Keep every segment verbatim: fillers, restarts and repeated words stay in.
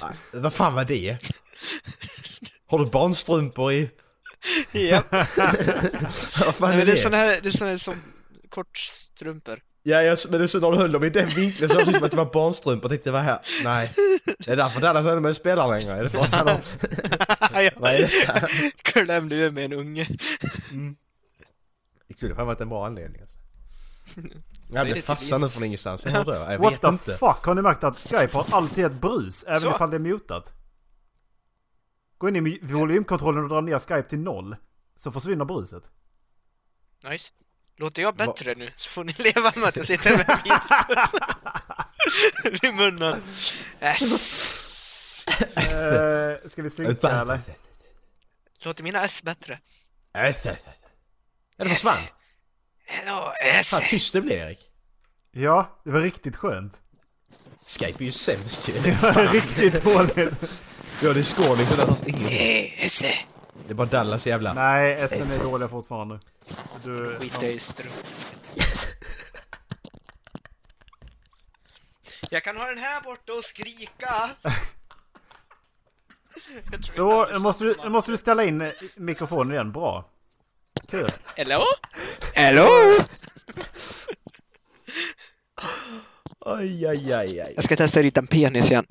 Vad fan var det? Har du barnstrumpor i? Ja. Vad fan Nej, är det är det? sån här, det är sån här som kortstrumpor. Ja, jag, men det är så när du höll dem i den vinkeln så var det som att det var barnstrumpor. Jag tänkte, vad här? Nej. Det är därför Dallas är med spelar längre. Är det för att han har... Vad är det? Klämde ur med en unge. Mm. Det skulle ha varit en bra anledning alltså. Jag Säg blev det fastnad till nu från ingenstans. Jag hörde det. Jag What vet the inte. fuck? Har ni märkt att Skype har alltid ett brus? Även Så. ifall det är mutat. Gå in i volymkontrollen och dra ner Skype till noll. Så försvinner bruset. Nice. Låter jag bättre nu så får ni leva med att jag sitter med virus i munnen. Yes. uh, ska vi synka eller? Låter mina S bättre? Är det försvann? Hello, S. Fan tyst det blev, Erik. Ja, det var riktigt skönt. Skype är ju sämst ju. Det var riktigt dåligt. Ja, det är skåning så det hörs ingen. S. Det är bara Dallas jävla. Nej, S N är dåliga fortfarande. Du, Skita i strump. Jag kan ha den här borta och skrika. Så, nu måste, du, nu måste du ställa in mikrofonen igen. Bra. Kul. Hello? Hello? Aj, aj, aj, aj. Jag ska testa rita en penis igen.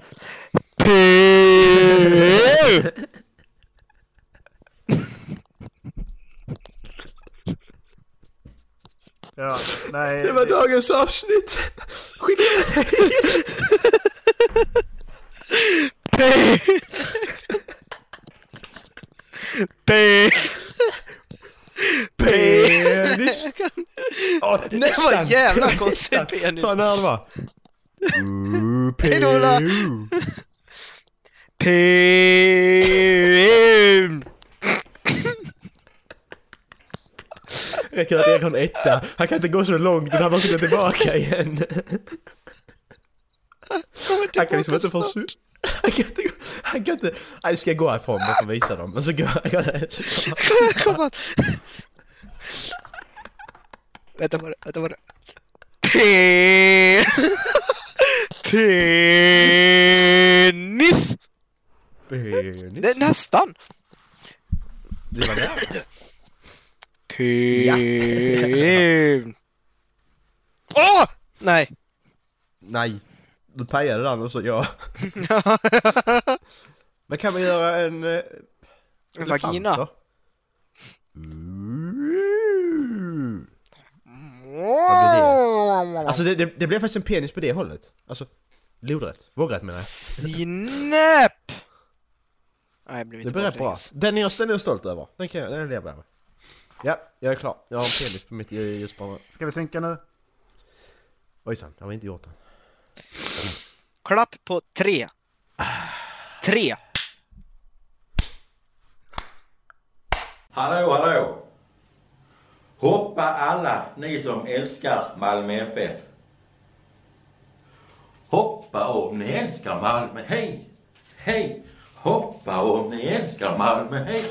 Ja, nej. Det var dagens avsnitt. Skicka penis. Åh, Det nästan. var jävla Nästan. konstigt penis. Fan här det var. Uh, Hej då, Ola. P. Räcker att Erik har en etta. Han kan inte gå så långt, han måste gå tillbaka igen. Han kan liksom inte få su... Han kan inte gå... Han kan inte... Nej, ska jag gå härifrån och få visa dem. Men så går jag... Kom, kom on. Vänta bara, vänta bara. P. Penis. Penis. Det är nästan. Det var där. P. Åh! Nej. Nej. Du pajade den och så ja. Men kan man göra en... Uh, En vagina. Då? Mm. Vad blir det? Alltså det, det, det blev faktiskt en penis på det hållet. Alltså, lodrätt. Vågrätt menar jag. Snäpp! Nej, jag blev Det inte blir rätt bra. baklänges. Den är jag, den är jag stolt över. Den kan jag, den lever jag med. Ja, jag är klar. Jag har en penis på mitt ljusbana. Ska vi synka nu? Ojsan, jag har inte gjort den. Klapp på tre. Tre. Hallå, hallå! Hoppa alla ni som älskar Malmö F F. Hoppa om ni älskar Malmö, hej! Hej! Hoppa om ni älskar Malmö, hej!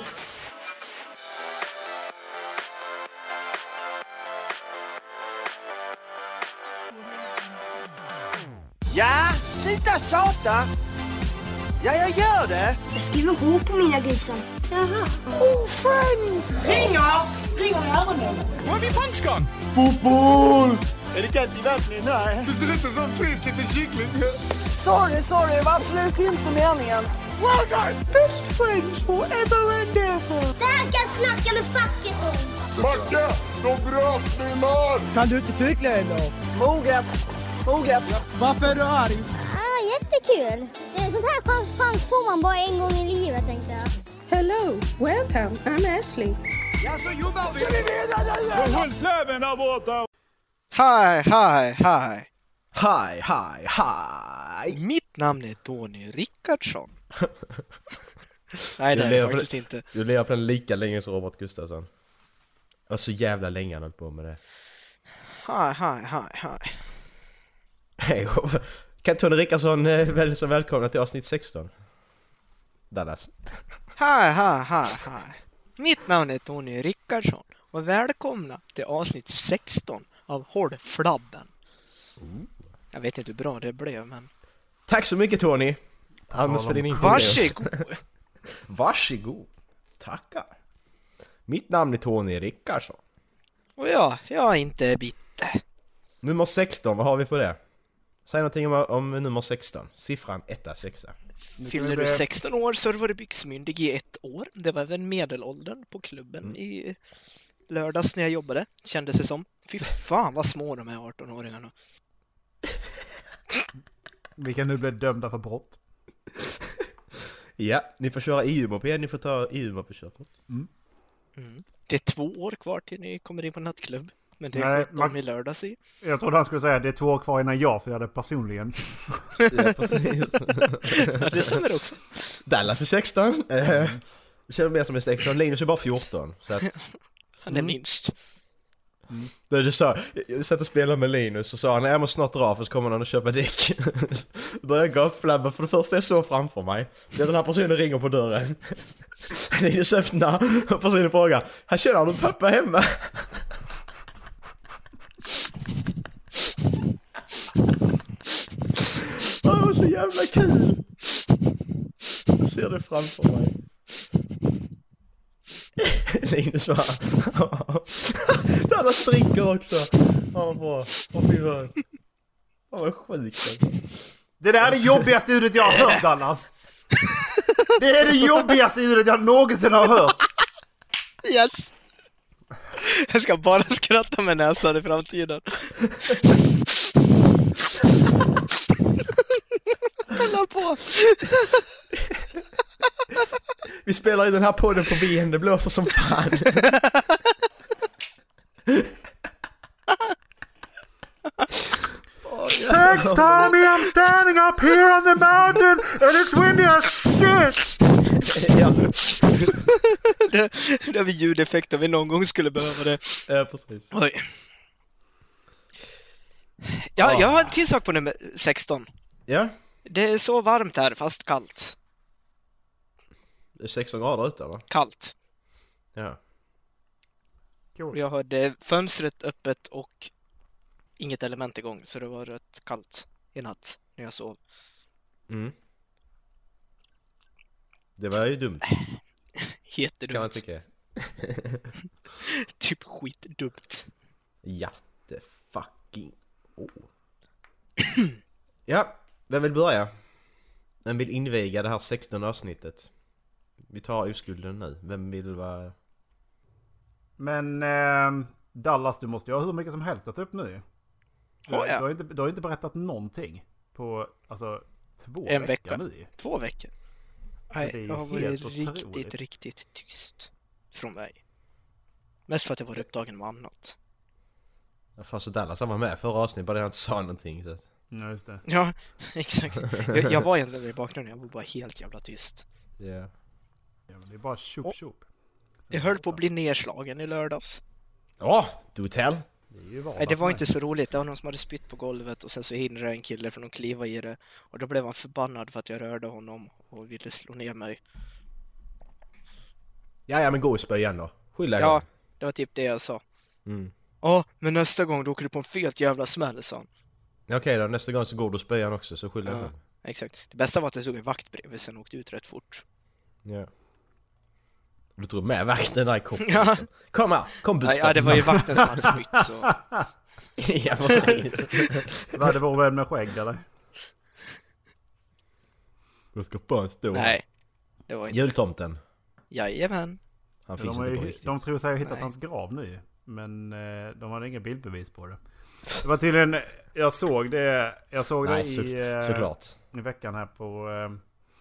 Ja, sluta tjata! Ja, jag gör det! Jag skriver H på mina grisar. Jaha. Oh, friend! Ringer! Ringer i öronen. Var är min punchgun? Fotboll! Är det kallt i vattnet? Nej. Du ser ut som en frisk liten kyckling. Sorry, sorry. Det var absolut inte meningen. Well done! Best friends forever and ever. Det här ska jag snacka med facket om. Macke, de bröt min man! Kan du inte cykla eller? Moget. Moget. Varför är du arg? Ah, jättekul. Det är sånt här chans, chans får man bara en gång i livet, tänkte jag. Hello, welcome, I'm Ashley. Ja, så jobbar vi. Ska vi vinna den? Håll släven där borta! Hi, hi, hi. Hi, hi, hi! Mitt namn är Tony Rickardsson. Nej, det Du är lever det på faktiskt inte. Du lever på den lika länge som Robert Gustafsson. Och så jävla länge han höll på med det. Hi, hi, hi, hi. Hej, kan Tony Rickardsson eh, väl så välkomna till avsnitt sexton. Dallas. Hi, hi, hi, hi. Mitt namn är Tony Rickardsson och välkomna till avsnitt sexton av Håll Flabben. Jag vet inte hur bra det blev, men... Tack så mycket Tony. Anders för din info. Varsågod. Varsågod. Tackar. Mitt namn är Tony Rickardsson. Och ja, jag är inte bitter. Nummer sexton, vad har vi på det? Säg någonting om, om nummer sexton. Siffran ett sex. Fyller du sexton år så har du varit byxmyndig i ett år. Det var även medelåldern på klubben mm. i lördags när jag jobbade. Kändes det som. Fy fan vad små de här arton-åringarna. Vi kan nu bli dömda för brott. Ja, ni får köra E U-moped, ni får ta E U-mopedkörkort. Mm. Mm. Det är två år kvar till ni kommer in på nattklubb. Men det är Nej, man... i lördags i. Jag trodde han skulle säga det är två år kvar innan jag får göra det personligen. Ja, precis. Ja, det stämmer också. Dallas är sexton. Mm. Jag känner mer som är sexton. Linus är bara fjorton. Så att... Han är minst. Mm. Du sa, jag satt och spelade med Linus och sa han, jag måste snart dra för så kommer han och köpa däck. Då började jag gå upp flabba för det första jag såg framför mig. Det är den här personen ringer på dörren. Linus öppnar och personen frågar, han känner har du pappa hemma? Det var så jävla kul. Jag ser det framför mig. Linus var det alla stricker också. Ja, bra. Vad fy hör. Ja, vad sjukt. Det där är det jobbigaste ljudet jag har hört, Dallas. Det är det jobbigaste ljudet jag någonsin har hört. Yes. Jag ska bara skratta med näsan i framtiden. Hålla på. Vi spelar i den här podden på V N, det blåser som fan. Next time I'm standing up here on the mountain and it's windy as shit. Ja. det, det har vi ljudeffekt om vi någon gång skulle behöva det. Ja, precis. Oj. Ja, jag har en till sak på nummer sexton. Ja. Det är så varmt här, fast kallt. Det är sexton grader ute, va? Kallt. Ja. Cool. Jag hade fönstret öppet och inget element igång, så det var rätt kallt i natt när jag sov. Mm. Det var ju dumt. Jättedumt. Kan man tycka. Typ skitdumt. Jätte fucking oh. Ja, vem vill börja? Vem vill inviga det här sextonde avsnittet? Vi tar oskulden nu. Vem vill vara... Men eh, Dallas, du måste ju ha hur mycket som helst att ta upp nu. Du, oh, ja. du, har inte, du har inte berättat någonting på alltså, två en veckor vecka nu. Två veckor. Nej, jag har varit riktigt, otroligt. riktigt tyst från mig. Mest för att jag var upptagen med annat. Ja, fast så Dallas var med förra avsnittet, bara jag inte sa någonting. Så. Ja, just det. Ja, exakt. Jag, jag var egentligen i bakgrunden, jag var bara helt jävla tyst. Yeah. Ja, men det är bara tjup tjup. Jag höll på att bli nedslagen i lördags. Ja, oh, do tell. Det, är ju Nej, det var inte så roligt. Det var någon som hade spytt på golvet och sen så hindrade en kille från att kliva i det. Och då blev han förbannad för att jag rörde honom och ville slå ner mig. Ja, ja, men gå och spö igen då. Skylla Ja, gång. det var typ det jag sa. Mm. Ja, men nästa gång då åker du på en fet jävla smäll, sa han. Ja, okej då, nästa gång så går du och spöar också, så skylla ja, gång. Exakt. Det bästa var att jag såg en vakt bredvid, sen åkte ut rätt fort. Ja. Du tog med vakten där i koppen. Ja. Kom här, kom ja, ja, det var ju vakten som hade spytt, så... Ja, precis. Var det vår vän med skägg, eller? Jag ska bara stå. Nej, det var inte. Jultomten. Jajamän. Han finns de, inte på ju, riktigt. de tror sig ha hittat Nej. hans grav nu. Men eh, de hade inga bildbevis på det. Det var tydligen... Jag såg det, jag såg Nej, det så, i, eh, såklart. i veckan här på... Eh,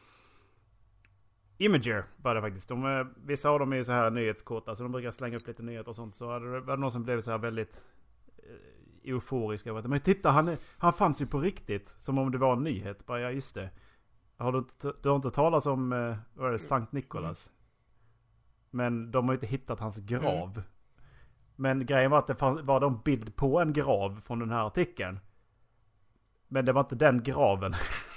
Imager var det faktiskt. De, eh, vissa av dem är ju så här nyhetskort. Alltså de brukar slänga upp lite nyheter och sånt. Så hade det, var det någon som blev så här väldigt eh, euforisk. Men titta, han, är, han fanns ju på riktigt. Som om det var en nyhet. Bara, ja, just det. Har du, du har inte talat om eh, vad är det, Sankt Nikolas? Men de har ju inte hittat hans grav. Mm. Men grejen var att det fann, var en bild på en grav från den här artikeln. Men det var inte den graven.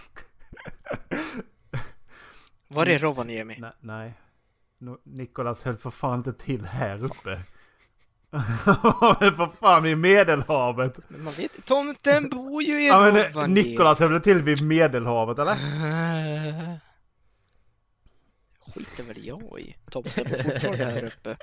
Var det Rovaniemi? Nej, nej. Nikolas höll för fan inte till här uppe. Men för fan i Medelhavet. Men man vet, tomten bor ju i Ja, men Rovaniemi. Nikolas höll till vid Medelhavet, eller? Skiter väl jag i. Tomten bor fortfarande här uppe.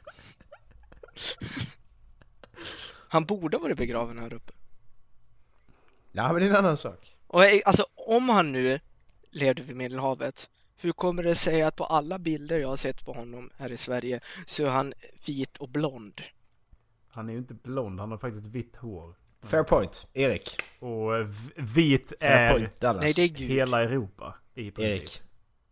Han borde ha varit begraven här uppe. Ja, men det är en annan sak. Och alltså, om han nu levde vid Medelhavet, hur kommer det sig att på alla bilder jag har sett på honom här i Sverige så är han vit och blond? Han är ju inte blond, han har faktiskt vitt hår. Fair point, Erik. Och eh, v- vit Fair är point, Dallas. Nej, det är gud. hela Europa i princip. Erik.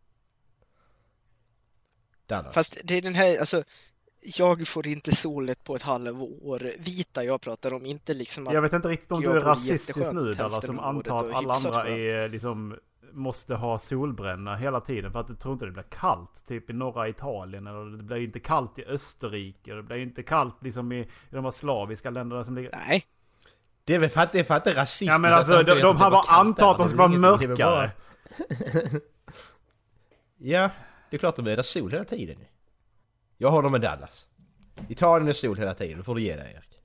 Dallas. Fast det är den här, alltså, jag får inte solet på ett halvår. Vita jag pratar om, inte liksom att Jag vet inte riktigt om jag du är bor rasistisk jätteskönt nu, Dallas, hälften som av året antar att och alla hyfsat andra skönt. är liksom måste ha solbränna hela tiden för att du tror inte det blir kallt typ i norra Italien, eller det blir ju inte kallt i Österrike, det blir ju inte kallt liksom i, i de här slaviska länderna som ligger... Nej. Det är väl för att det är, för att det är rasistiskt. Ja, men att alltså, han de, vet de att det har var bara kallt antat att där. de ska vara Det är ingenting, det är mörkare. bara- Ja, det är klart att det är sol hela tiden. Jag håller med Dallas. Italien är sol hela tiden, då får du ge dig, Erik.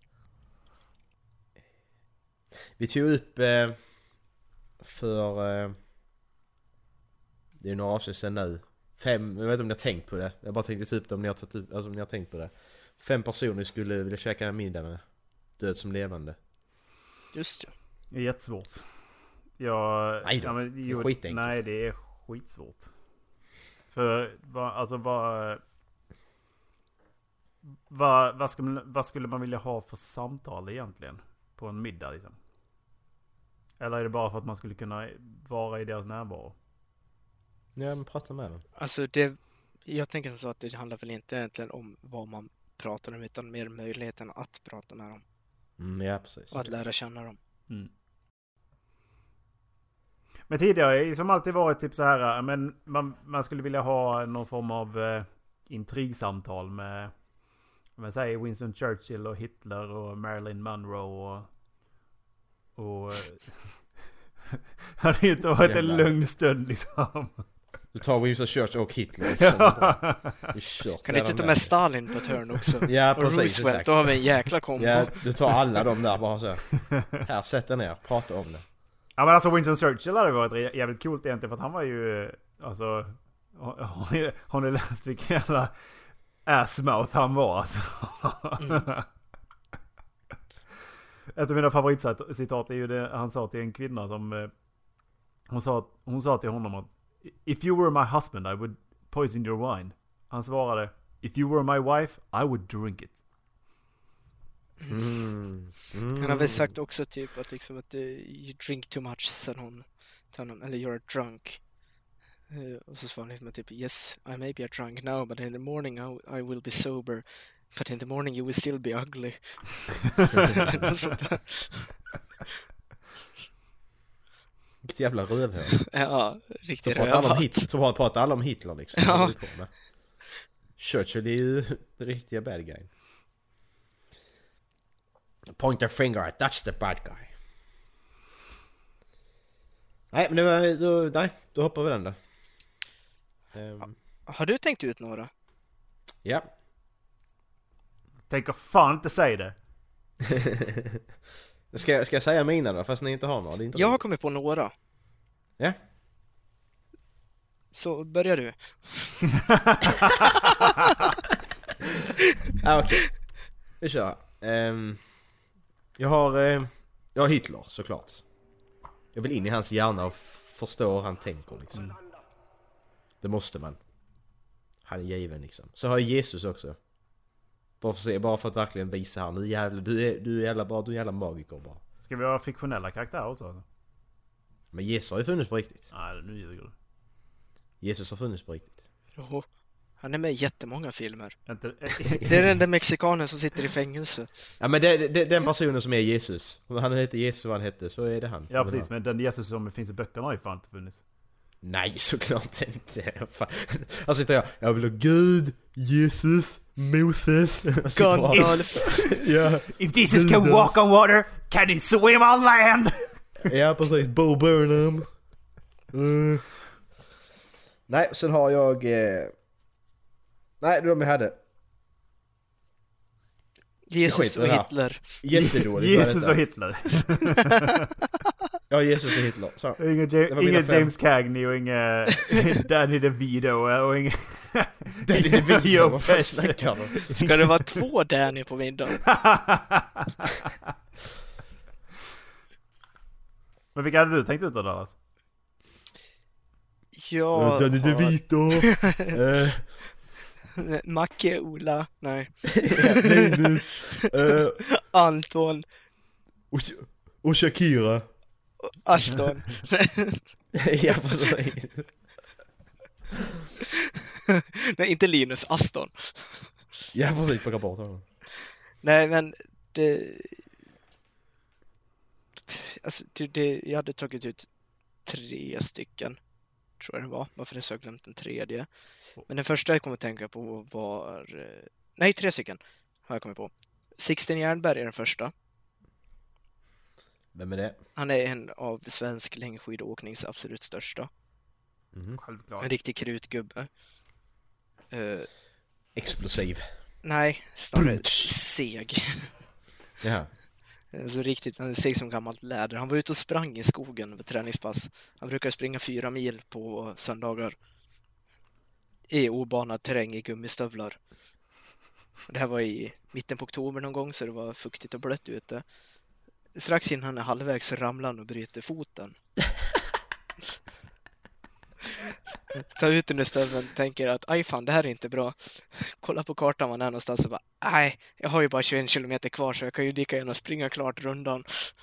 Vi tog upp eh, för eh, det är några avsnitt sedan nu. Fem, jag vet inte om ni har tänkt på det. Jag bara tänkte ta upp det om ni har, tagit upp, alltså om ni har tänkt på det. Fem personer skulle vilja käka en middag med. Död som levande. Just det. Det är jättesvårt. Jag, Nej då, ja, men, det är jo, skitenkelt. nej, det är skitsvårt. För vad, alltså vad... Vad, vad, skulle, vad skulle man vilja ha för samtal egentligen? På en middag liksom? Eller är det bara för att man skulle kunna vara i deras närvaro? Ja, men prata med dem. Alltså det, jag tänker så att det handlar väl inte egentligen om vad man pratar om utan mer möjligheten att prata med dem. Mm, ja, precis. Och att lära känna dem. Mm. Men tidigare har det som alltid varit typ så här, men man, man skulle vilja ha någon form av eh, intrigsamtal med, man säger Winston Churchill och Hitler och Marilyn Monroe och och hade ju inte varit en lugn stund liksom. Du tar Winston Churchill och Hitler liksom. Ja. Du kört Kan du inte ta med Stalin på turn också? Ja, Och precis, Roosevelt, exakt. då har vi en jäkla kombo. Ja, du tar alla dem där bara så. Här, sätt dig ner, prata om det. Ja, men alltså Winston Churchill hade varit jävligt coolt egentligen, för att han var ju alltså, har ni, har ni läst vilken jävla assmouth han var alltså? Mm. Ett av mina favoritcitat är ju det han sa till en kvinna som hon sa, hon sa till honom att if you were my husband I would poison your wine. Han svarade if you were my wife I would drink it. Mm. Mm. Han har väl sagt också typ att liksom att uh, you drink too much, sen hon till honom, eller you're drunk. Uh, och så svarar han typ yes, I may be a drunk now but in the morning I, I will be sober. But in the morning you will still be ugly. Vilket jävla rövhål. Ja, riktigt rövhatt. Som har pratat alla om Hitler liksom. Ja. Churchill är ju den riktiga bad guy. Point their finger at that's the bad guy. Nej, men det var, då, nej, då hoppar vi den då. Um, Har du tänkt ut några? Ja. Tänker fan inte säga det. ska, jag, ska jag säga mina då, fast ni inte har några? Det är inte jag har roligt. kommit på några. Ja. Så börjar du. ah, okej. Okay. Vi kör. Um, jag har uh, jag har Hitler såklart. Jag vill in i hans hjärna och f- förstå hur han tänker liksom. Mm. Det måste man. Han är given liksom. Så har jag Jesus också. Bara för, se, bara för att verkligen visa här. Nu jävla, du är du är jävla bra, du är jävla magiker bara. Ska vi ha fiktionella karaktärer också? Men Jesus har ju funnits på riktigt. Nej, nu ljuger du. Jesus har funnits på riktigt. Jo, han är med i jättemånga filmer. Inte, det är den där mexikanen som sitter i fängelse. Ja, men det, det, den personen som är Jesus. Om han heter Jesus, vad han hette, så är det han. Ja, precis. Men den Jesus som finns i böckerna har ju fan inte funnits. Nej, såklart inte. Alltså sitter jag, jag vill ha Gud, Jesus, Moses. Gandalf. Ja. If Jesus can walk on water, can he swim on land? Ja, precis. Bo Burnham. Uh. Nej, sen har jag... Eh... Nej, det är de jag hade. Jesus och Hitler. Jättedåligt. Jesus och Hitler. Ja, Jesus och Hitler. Så. Inga, ja- inga James Cagney och inga Danny DeVito och inga... Danny DeVito, vad fan snackar du? Ska det vara två Danny på middagen? Men vilka hade du tänkt ut då, Dallas? Ja, Danny DeVito. uh, Macke, Ola, nej. Linus. Uh, Anton. Och, och Shakira. Aston. Ja, precis. Nej, inte Linus, Aston. Ja, precis, plocka bort honom. Nej, men det... Alltså, det, det, jag hade tagit ut tre stycken, tror jag det var. Varför jag glömt den tredje. Men den första jag kom att tänka på var... Nej, tre stycken har jag kommit på. Sixten Jernberg är den första. Vem är det? Han är en av svensk längdskidåknings absolut största. Mm. Självklart. En riktig krutgubbe. Uh, Explosiv. nej, snarare seg. Ja. Så riktigt, han är seg som gammalt läder. Han var ute och sprang i skogen över träningspass. Han brukar springa fyra mil på söndagar. I obanad terräng i gummistövlar. Det här var i mitten på oktober någon gång, så det var fuktigt och blött ute. Strax innan han är halvvägs så ramlar han och bryter foten. Ta ut den ur stöveln, tänker att aj fan, det här är inte bra. Kolla på kartan man är någonstans och bara, nej, jag har ju bara tjugoen kilometer kvar så jag kan ju lika gärna springa klart rundan.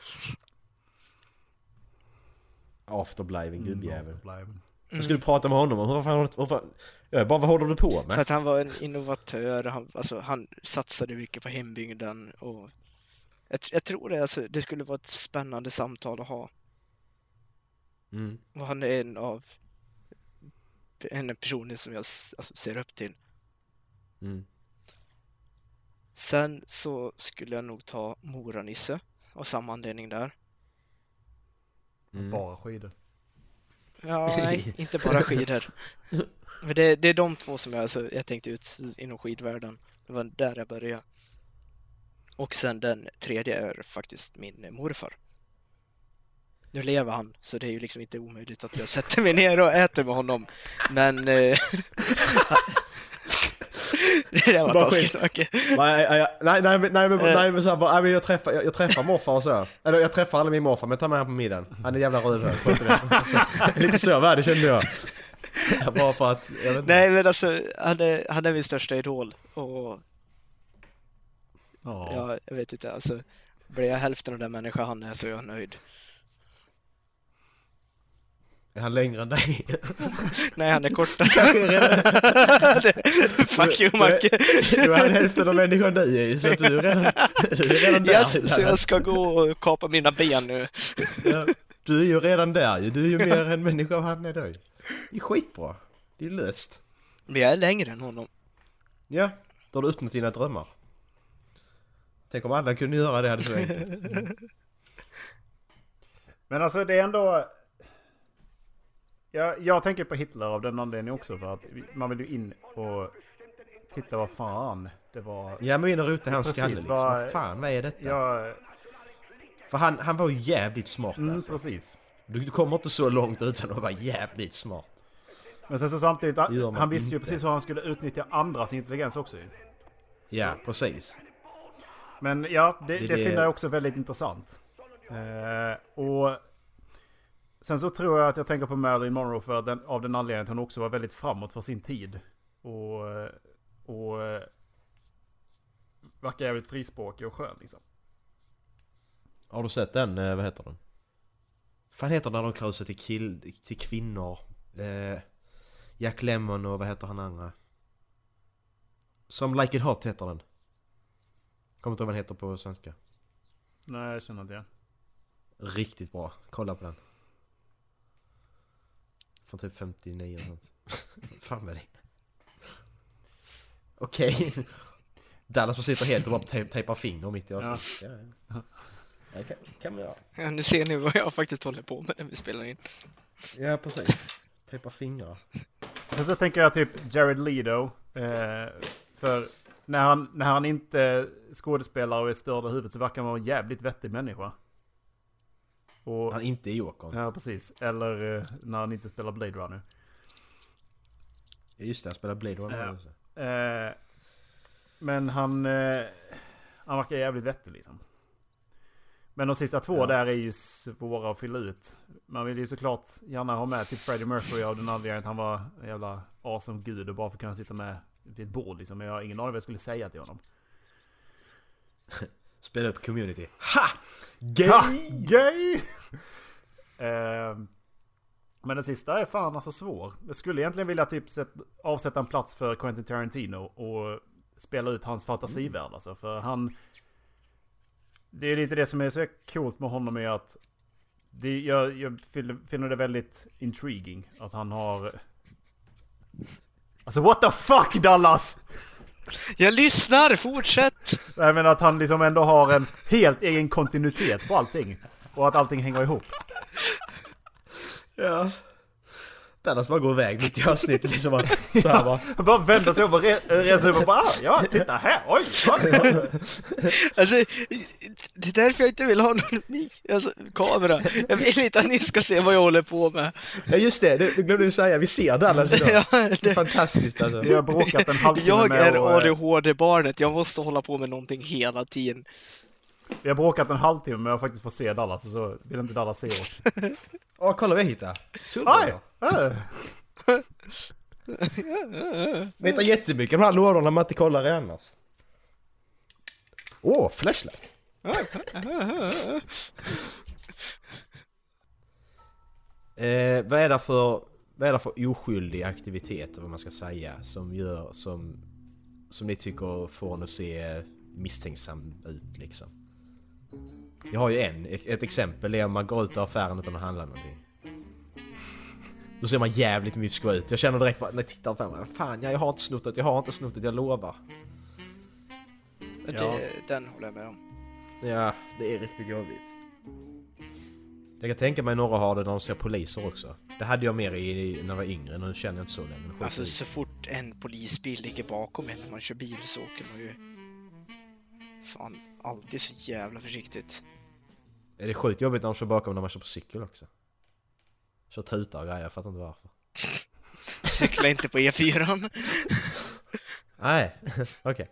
Afterbliven gubbjävel. Mm. Jag skulle prata med honom. Hur fan, hur fan, jag bara, vad håller du på med? För att han var en innovatör. Han, alltså, han satsade mycket på hembygden. Och jag, jag tror det, alltså, det skulle vara ett spännande samtal att ha. Mm. Och han är en av en person som jag alltså, ser upp till. Mm. Sen så skulle jag nog ta Mora-Nisse av samma anledning där. Mm. Bara skidor. Ja, nej, inte bara skidor. Men det, det är de två som jag, alltså, jag tänkte ut inom skidvärlden. Det var där jag började. Och sen den tredje är faktiskt min morfar. Nu lever han, så det är ju liksom inte omöjligt att jag sätter mig ner och äter med honom. Men... Eh, det där var taskigt, okej. Nej, nej, nej, nej, nej, men, nej, men så här, bara, nej, men jag träffar, jag, jag träffar morfar och så. Eller jag träffar aldrig min morfar, men ta med han på middagen. Han är jävla rödhög. Lite så var det, kände jag. Bara för att, jag vet inte. Nej, men alltså, han är, han är min största idol. Och... Ja. Ja, jag vet inte, alltså. Blir jag hälften av den människa han är så är jag nöjd. Är han längre än dig? Nej, han är kortare. Kanske redan... Fuck you, Macke. Du är han hälften av människan du är, så att du är redan, du är redan där. Yes, så jag ska gå och kapa mina ben nu. Ja, du är ju redan där ju. Du är ju mer en människa av han är du. Det är skitbra. Det är löst. Men jag är längre än honom. Ja, då har du öppnat dina drömmar. Tänk om alla kunde göra det, hade så enkelt. Men alltså det är ändå... Jag, jag tänker på Hitler av den anledningen också, för att man vill ju in och titta vad fan det var. Ja, men in och rota hans Precis, skalle liksom. vad- Vad fan, vad är detta? Ja, För han, han var ju jävligt smart mm, alltså. precis. Du, du kommer inte så långt utan att vara jävligt smart. Men sen så samtidigt, Det gör man han visste ju inte. precis hur han skulle utnyttja andras intelligens också ju. Ja, precis. Men ja, det, Det det, är det- finner jag också väldigt intressant. Eh, och sen så tror jag att jag tänker på Marilyn Monroe för den, av den anledningen att hon också var väldigt framåt för sin tid. Och, och eh, verkar jävligt frispråkig och skön liksom. Har du sett den, eh, vad heter den? Fan heter den när de klär sig till, kill, till kvinnor? Eh, Jack Lemmon och vad heter han andra? Som Like It Hot heter den. Kommer inte ihåg vad den heter på svenska. Nej, jag känner det. Riktigt bra. Kolla på den. Från typ femtionio och sånt. Fan med det. Okej. Dallas får sitta helt och bara te- tejpa finger mitt i avsnitt. Ja. Ja, ja. Det kan, kan man göra. Ja, nu ser ni vad jag faktiskt håller på med när vi spelar in. Ja, precis. Tejpa fingrar. Sen så tänker jag typ Jared Leto. Eh, för när, han, när han inte skådespelar och är störd i huvudet så verkar han vara en jävligt vettig människa. Och, Han inte är Jokern. ja, precis. Eller eh, när han inte spelar Blade Runner. Just det, han spelar Blade Runner. Ja. Eh, men han, eh, han verkar jävligt vettig liksom. Men de sista två Ja. där är ju svåra att fylla ut. Man vill ju såklart gärna ha med till Freddie Mercury av den anledningen att han var en jävla awesome gud och bara för att kunna sitta med vid ett bord liksom. Men jag har ingen aning vad jag skulle säga till honom. Spela upp Community. Ha! Gay! Ha! Gay! eh, men den sista är fan alltså svår. Jag skulle egentligen vilja typ set, avsätta en plats för Quentin Tarantino och spela ut hans fantasivärld alltså. För han... Det är lite det som är så coolt med honom är att det, jag, jag finner det väldigt intriguing att han har... Alltså what the fuck Dallas! Jag lyssnar, fortsätt! Nej men att han liksom ändå har en helt egen kontinuitet på allting. Och att allting hänger ihop. Ja. Denna som bara går iväg mitt i avsnittet liksom bara, så här bara. Bara vänder sig om och re- reser upp och bara, ah, ja titta här, oj, oj. Alltså, det är därför jag inte vill ha någon alltså, kamera. Jag vill inte att ni ska se vad jag håller på med. Ja just det, det, det glömde du säga, vi ser Dallas idag. Ja, Det är fantastiskt alltså. Vi har bråkat en halvtimme Jag med är och, A D H D-barnet, jag måste hålla på med någonting hela tiden. Vi har bråkat en halvtimme med att faktiskt få se Dallas och så vill inte Dallas se oss. Åh, kolla vad jag hittar. Aj! Äh. Vi hittar jättemycket de här lådorna man inte kollar i annars. Åh, flashlight. eh, vad är det för vad är det för oskyldig aktivitet vad man ska säga som gör som som ni tycker får en att se misstänksam ut liksom? Jag har ju en ett exempel är om man går ut ur affären utan att handla någonting. Då ser man jävligt mysko ut. Jag känner direkt när jag tittar på mig. Fan, jag har inte snuttat, jag har inte snuttat, jag lovar. Det, Ja. Den håller jag med om. Ja, det är riktigt jobbigt. Jag kan tänka mig några har det när de ser poliser också. Det hade jag mer i när jag var yngre, nu känner jag inte så länge. Alltså så fort en polisbil ligger bakom en när man kör bil så åker man ju fan alltid så jävla försiktigt. Är det sjukt jobbigt när de kör bakom när man kör på cykel också? Kör tutar och grejer, jag fattar inte varför. Cykla inte på E fyra. Nej, okej. Okay.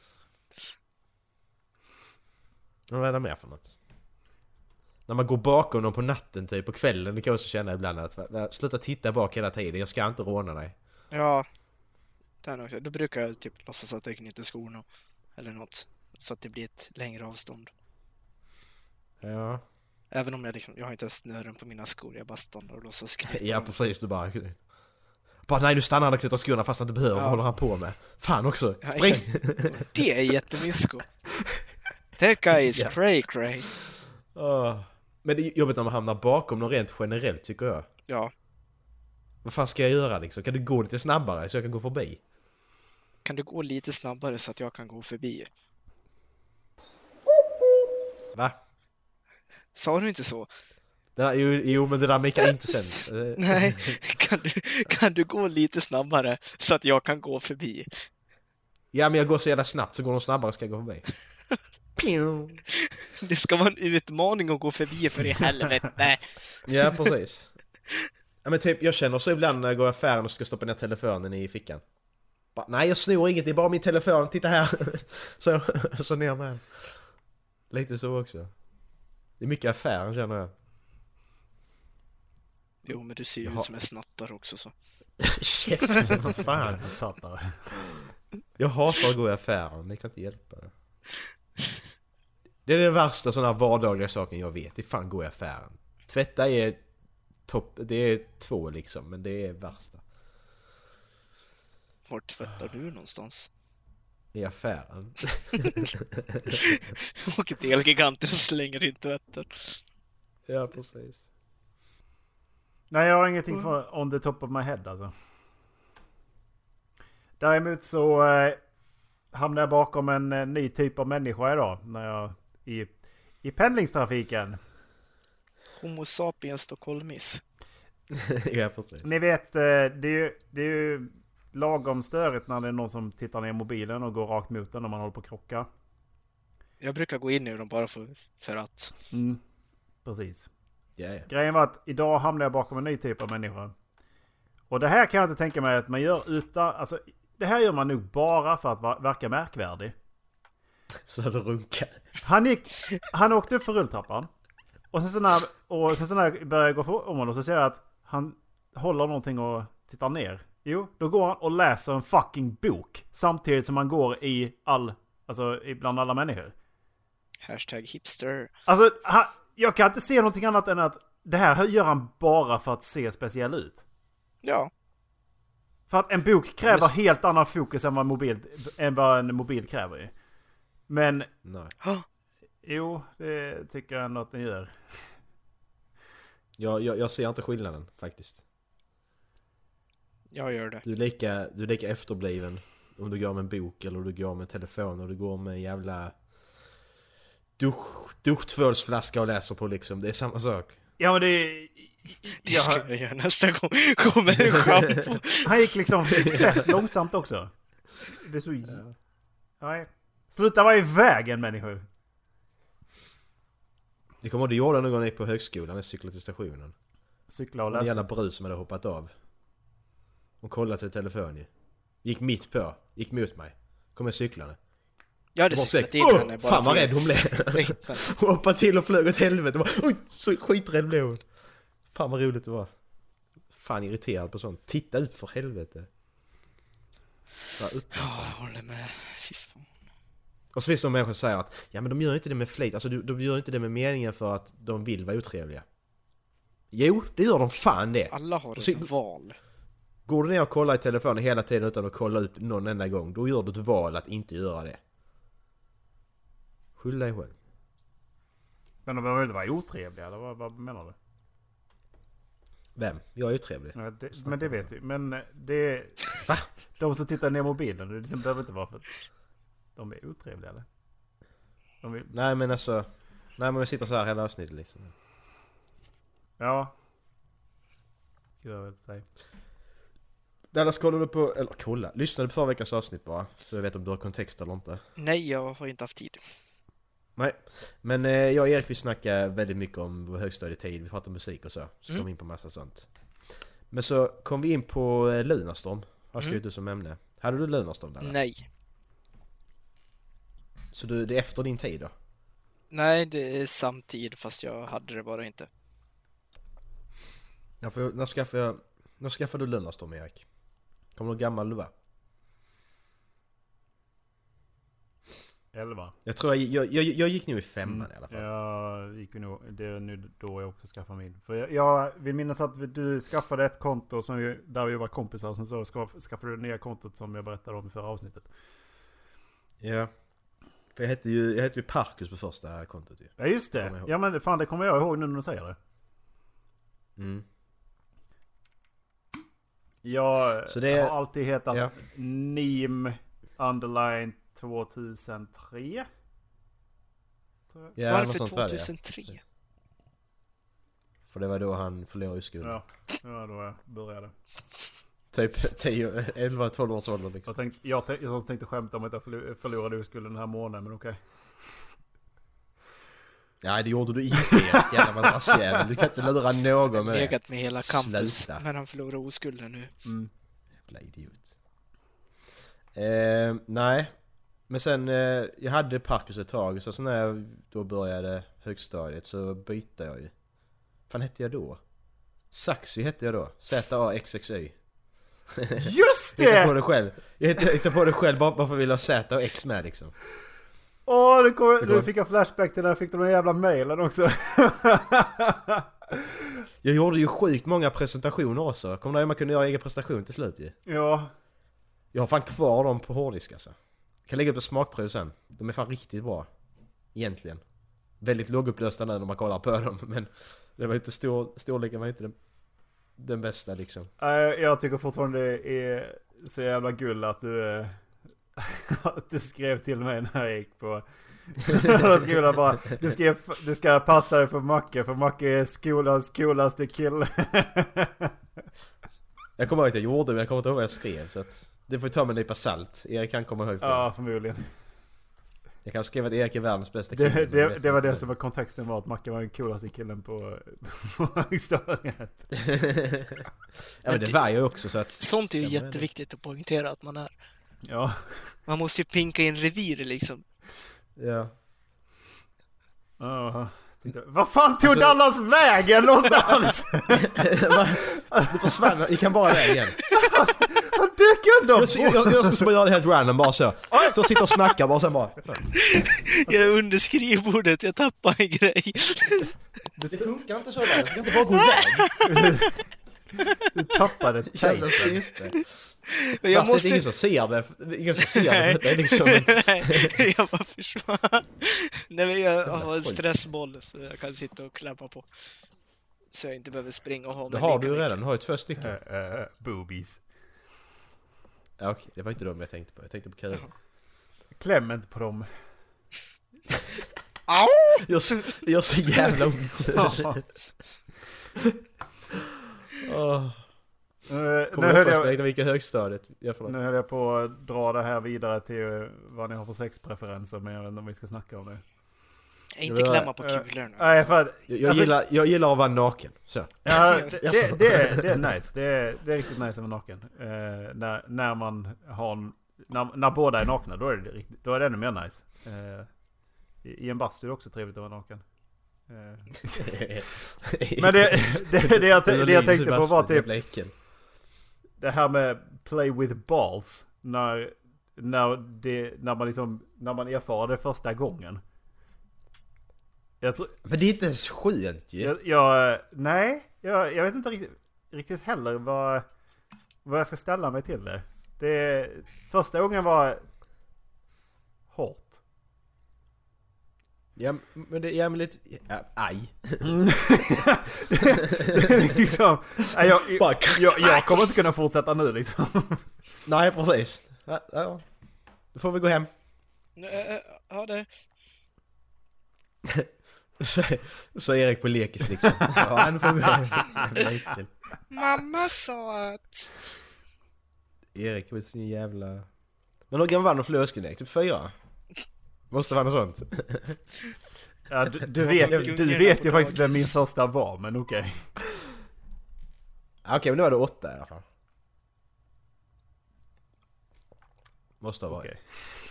Vad är det mer för något? När man går bakom dem på natten typ på kvällen, det kan jag också känna ibland att sluta titta bak hela tiden, jag ska inte råna dig. Ja, den också. Då brukar jag typ låtsas att jag knyter skorna eller något så att det blir ett längre avstånd. Ja. Även om jag liksom, jag har inte ens snören på mina skor, jag bara stannar och låtsas knyta Ja, dem. precis, du bara... Bara nej, nu stannar han och knyter skorna fast han inte behöver, Ja. vad håller han på med? Fan också, Ja, spring! exakt. Det är jättemysko. That guy is Ja. cray cray. Oh. Men det är jobbigt när man hamnar bakom någon rent generellt tycker jag. Ja, Vad fan ska jag göra liksom? Kan du gå lite snabbare så jag kan gå förbi? kan du gå lite snabbare så att jag kan gå förbi? Va? Sa du inte så? Det där, jo, jo, men det där make inte sens. Eh, Nej, kan du, kan du gå lite snabbare så att jag kan gå förbi? Ja, men jag går så jävla snabbt så går de snabbare ska jag gå förbi. Pew. Det ska vara en utmaning att gå förbi för i helvete. Ja, precis. Ja, men typ, jag känner så ibland när jag går i affären och ska stoppa ner telefonen i fickan. Bara, nej, jag snor inget, det är bara min telefon, titta här. Så, så ner med den. Lite så också. Det är mycket affären känner jag. Jo, men du ser ju Jaha. ut som en snattare också så. Käften, vad fan. Jag fattar. Jag hatar att gå i affären, det kan inte hjälpa det. Det är den värsta sådana här vardagliga saken jag vet. Det är fan gå i affären. Tvätta är topp, det är två liksom, men det är värsta. Var tvättar du någonstans? I affären. Åker till Elgiganten och slänger in tvätten. Ja, precis. Nej, jag har ingenting för on the top of my head alltså. Däremot så eh, hamnar jag bakom en eh, ny typ av människa idag när jag i, i pendlingstrafiken. Homo sapiens stockholmis. Ja, precis. Ni vet, eh, det är ju, det är ju lagom störigt när det är någon som tittar ner i mobilen och går rakt mot den när man håller på att krocka. Jag brukar gå in i dem bara för, för att. Mm. Precis. Yeah, yeah. Grejen var att idag hamnar jag bakom en ny typ av människa. Och det här kan jag inte tänka mig att man gör utan... Alltså, det här gör man nog bara för att verka märkvärdig. Så att det runkar. Han gick... Han åkte upp för rulltrappan. Och sen så när, och sen så när jag börjar gå för om honom så ser jag att han håller någonting och tittar ner. Jo, då går han och läser en fucking bok. Samtidigt som han går i all... Alltså bland alla människor. Hashtag hipster. Alltså, han, jag kan inte se någonting annat än att det här gör han bara för att se speciell ut. Ja. För att en bok kräver men... helt annan fokus än vad, mobil, än vad en mobil kräver ju. Men... Nej. Jo, det tycker jag ändå att den gör. Jag, jag, jag ser inte skillnaden faktiskt. Jag gör det. Du är lika, du är lika efterbliven om du går med en bok eller om du går med telefon och du går med en jävla dusch, duschtvålsflaska och läser på liksom. Det är samma sak. Ja, men det är... Det ska jag göra nästa gång. Kommer en shampoo. Han gick liksom fett långsamt också. Det är så... Ja. Nej. Sluta vara i vägen, människor. Det kommer du gjorde någon gång på högskolan. Jag cyklade till stationen. Cykla och läsa. En jävla brud som hade hoppat av. Hon kollade sig i telefonen. Gick mitt på. Gick mot mig. Kom jag cyklande. Jag hade cyklat in oh, henne bara. Fan vad rädd hon blev. Hon hoppade till och flög åt helvete. Bara, oj, så skiträdd blev hon. Fan vad roligt det var. Fan irriterad på sånt. Titta ut för helvete. Ja, jag håller med. Fy fan. Och så finns det människor som säger att ja men de gör inte det med flit. Alltså de, de gör inte det med meningen för att de vill vara otrevliga. Jo, det gör de fan det. Alla har så, ett val. Går du ner och kollar i telefonen hela tiden utan att kolla upp någon enda gång, då gör du ett val att inte göra det. Skyll dig själv. Men de behöver inte vara otrevliga, eller vad, vad menar du? Vem? Jag är otrevlig. Ja, det, men det vet vi. Men det... Va? De som tittar ner i mobilen, det liksom behöver inte vara för att de är otrevliga, eller? De vill... Nej, men alltså... Nej, men vi sitter så här hela avsnittet liksom. Ja. Jag vet inte säga. Dallas, kollar du på... Eller kolla. Lyssnade på förra veckans avsnitt bara. Så jag vet om du har kontext eller inte. Nej, jag har inte haft tid. Nej. Men eh, jag och Erik, vi snackar väldigt mycket om vår högstadietid. Vi pratar musik och så. Så mm. kom vi in på massa sånt. Men så kom vi in på eh, Lunarstorm. Har skrivit mm. du som ämne. Hade du Lunarstorm där? Nej. Så du, det är efter din tid då? Nej, det är samtid fast jag hade det bara inte. Ja, för när skaffade jag... När skaffade du Lunarstorm, Erik? Kommer du gammal du var? elva. Jag tror jag, jag, jag, jag gick nu i femman mm, i alla fall. Jag gick ju nog, det är nu då jag också skaffade min. För jag, jag vill minnas att du skaffade ett konto som vi, där vi var kompisar och sen så skaffade du det nya kontot som jag berättade om i förra avsnittet. Ja. För jag hette ju, jag hette ju Parkus på första kontot ju. Ja just det. Ja men fan det kommer jag ihåg nu när du säger det. Mm. Jag så det, har alltid hetat ja. Nim underline tvåtusentre. Ja, varför tvåtusentre? Det, ja. För det var då han förlorade i skolan. Ja, ja då jag började. Typ tio, elva, tolv års ålder liksom. Jag tänkte, jag, tänkte, jag tänkte skämta om att jag förlorade i skolan den här månaden, men okej. Okay. Nej, det gjorde du inte. Jävla madrassjävel. Du kan inte lura någon med det. Legat med hela campus. Sluta. Men han förlorar oskulden nu. Mm. Jävla idiot. Eh, nej. Men sen, eh, jag hade Parkus ett tag. Så när jag då började högstadiet så bytte jag ju. Fan hette jag då? Saxy hette jag då. Z-A-X-X-Y. Just det! Jag hittade på det själv. Jag hittade på det själv bara för att vilja ha Z och X med liksom. Åh, oh, kom, nu fick jag flashback till när jag fick de här jävla mailen också. Jag gjorde ju sjukt många presentationer också. Kommer du ihåg man kunde göra egen presentation till slut ju? Ja. Jag har fan kvar dem på hårddisk alltså. Kan lägga upp ett smakprov sen. De är fan riktigt bra. Egentligen. Väldigt lågupplösta nu när man kollar på dem. Men det var inte stor, storleken var inte den, den bästa liksom. Jag tycker fortfarande det är så jävla gull att du... att du skrev till mig när jag gick på skolan bara du ska, du ska passa dig för Macke för Macke är skolans coolaste kille. Jag kommer ihåg att jag gjorde, men jag kommer inte ihåg vad jag skrev. Så att det får ju ta med en nypa salt. Erik kan komma ihåg. Ja, förmodligen. Jag kan skriva att Erik är världens bästa det, kille. det, det var det som var kontexten, var att Macke var den coolaste killen på, på högstadiet. Ja, men det var jag också. Så att, sånt är ju jätteviktigt att poängtera att man är. Ja. Man måste ju pinka in revir liksom. Ja. Uh, vad fan tog alltså, Dallas vägen någonstans? Det försvann, vi kan bara det igen. Han dök ändå. Jag, jag, jag ska bara göra det helt random, bara så. Så sitter och snackar bara sen bara. Jag är under skrivbordet, jag tappar en grej. Det funkar inte så där, jag ska inte bara gå iväg. Du tappade ett tejp. Jag Fast måste... det är ingen som ser det. Ingen som ser det. Det är liksom... Nej, jag bara försvann. Nej, men jag har en stressboll så jag kan sitta och klappa på. Så jag inte behöver springa och ha det har du redan, du har ju två stycken. Uh, uh, boobies. Ja, okej, det var inte dem jag tänkte på. Jag tänkte på Karin. Kläm inte på dem. Au! Jag det gör så jävla ont. Åh. Nu, Kommer nu jag först jag, när vi gick i högstadiet. Jag nu höll jag på att dra det här vidare till vad ni har för sexpreferenser, men jag vet inte om vi ska snacka om det. Inte klämma på kulor nu. Nej, för att, jag, jag, alltså, gillar, jag gillar att vara naken. Så. Ja, det, det, det, är, det är nice. Det är, det är riktigt nice att vara naken. Eh, när, när man har när, när båda är nakna, då är det, riktigt, då är det ännu mer nice. Eh, i, I en bastu är det också trevligt att vara naken. Eh. Men det, det, det, jag, det jag tänkte på var typ det här med play with balls. När, när, det, när, man, liksom, när man erfar det första gången. Jag tror, men det är inte ens skönt ju. Jag, jag, nej, jag, jag vet inte riktigt, riktigt heller vad, vad jag ska ställa mig till det. det. Första gången var hårt. Ja, men det är lite... Ja, aj. Mm. det, det är liksom, nej, jag, jag, jag, jag kommer inte kunna fortsätta nu liksom. Nej, precis. Ja, ja. Då får vi gå hem. Ja, det... Så, så Erik på lekis liksom. Ja, han får gå hem. Mamma sa att... Erik var sin jävla... Men hur gammal var han och flösken? Typ fyra? Måste vara något sånt. Ja, du, du vet, du vet ju faktiskt vem min första var, men okej. Okay. Okej, okay, men nu var det åtta i alla fall. Måste ha varit. Okay.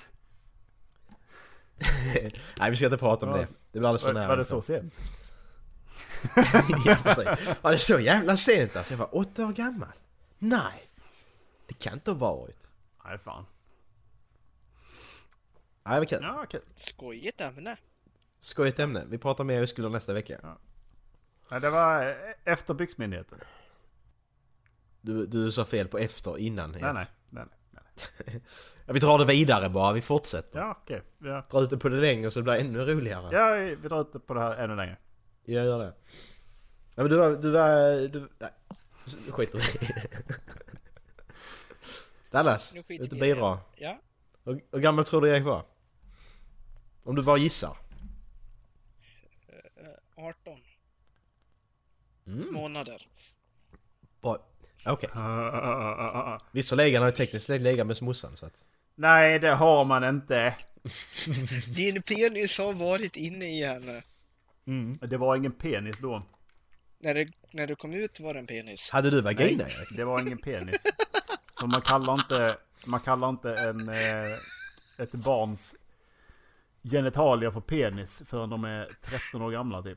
Nej, vi ska inte prata om det. Det blir alldeles för nära. Var det så sent? Ja, var det så jävla sent? Alltså, jag var åtta år gammal. Nej, det kan inte ha varit. Nej, fan. Nej, men kul. Ja, okay. Skojigt ämne. Skojigt ämne. Vi pratar mer skulle nästa vecka. Ja. Nej, det var efter byxmyndigheten. Du, du sa fel på efter, innan. Nej, nej. nej, nej. Ja, vi drar det vidare bara, vi fortsätter. Ja, okej. Okay. Ja. Drar ut det på det längre så det blir ännu roligare. Ja, vi drar ut det på det här ännu längre. Jag gör det. Ja, men du var... Du var... Du, nej. Skit i det. Dallas, ut och bidra. Ja. Hur, hur gammal tror du Erik var? Om du bara gissar. Uh, arton. Mm. Månader. Bra. Okej. Okay. Uh, uh, uh, uh. Visserligen har ju tekniskt lägga med smossan så att... Nej, det har man inte. Din penis har varit inne i henne. Mm. Det var ingen penis då. När det, när du kom ut var det en penis. Hade du vagina? Nej, det var ingen penis. Så man kallar inte, man kallar inte en, eh, ett barns genitalier för penis förrän de är tretton år gamla typ.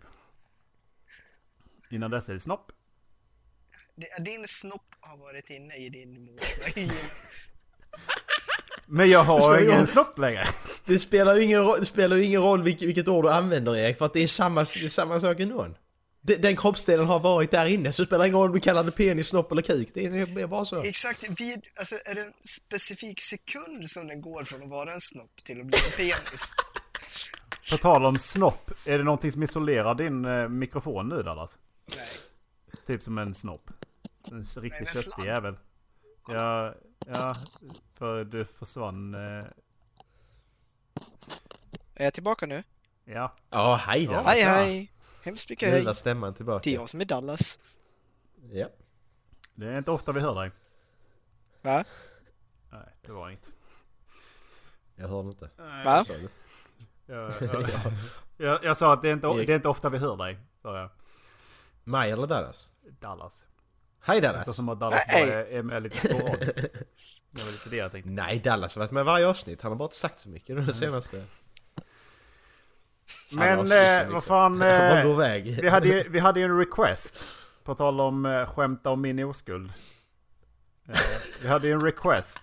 Innan dess är det snopp. Din snopp har varit inne i din mors vagina. Men jag har ingen roll. Snopp längre. Det spelar ju ingen, det spelar ju ingen roll vilket, vilket ord du använder Erik, för att det är samma, det är samma sak ändå. Den kroppsdelen har varit där inne, så det spelar ingen roll om du kallar det penis, snopp eller kuk. Det är bara så. Exakt, vid, alltså är det en specifik sekund som den går från att vara en snopp till att bli en penis? På tal om snopp, är det någonting som isolerar din eh, mikrofon nu Dallas? Nej. Typ som en snopp. En riktigt köttig jävel. Ja, ja, för du försvann. Eh... Är jag tillbaka nu? Ja. Ja, oh, hej där. Hej, hej. Hemskt mycket hej. Stämman tillbaka. Det är jag som är Dallas. Ja. Det är inte ofta vi hör dig. Va? Nej, det var inget. Jag hörde inte. Va? Jag, jag, jag, jag sa att det är, inte, det är inte ofta vi hör dig. Sa jag. Maj eller Dallas? Dallas. Hej Dallas! Eftersom att Dallas bara är, är med lite sporadiskt. Det var lite det jag tänkte. Nej, Dallas har varit med varje avsnitt. Han har bara inte sagt så mycket det senaste. Men avsnitten, eh, liksom. vad fan... Han bara Eh, går iväg. vi, hade ju, vi hade ju en request. På tal om eh, skämta om min oskuld. Eh, vi hade ju en request.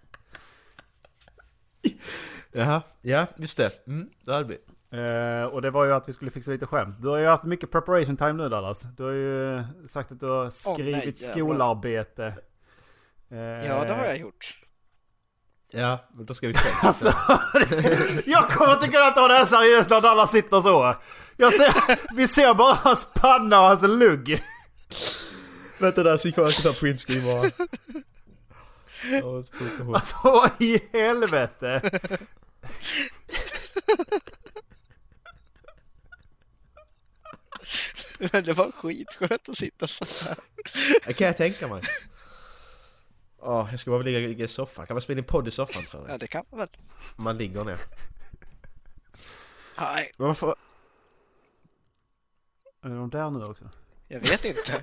Jaha, ja, just det. Mm, det hade vi. Eh, och det var ju att vi skulle fixa lite skämt. Du har ju haft mycket preparation time nu, Dallas. Du har ju sagt att du har skrivit Åh, nej, jävlar. skolarbete. Eh, Ja, det har jag gjort. Ja, men då ska vi tänka. Alltså, jag kommer inte kunna ta det här seriöst när Dallas sitter så. Jag ser, vi ser bara hans panna och hans lugg. Vänta där, så jag ska ta printscreen bara. Alltså, vad i helvete? Men det var skitskönt att sitta så här. Det kan jag tänka mig. Åh, oh, jag ska bara ligga i soffan. Kan man spela in podd i soffan för det? Ja, det kan man väl. Man ligger ner. Nej, Men varför? Är de där nu också? jag vet inte.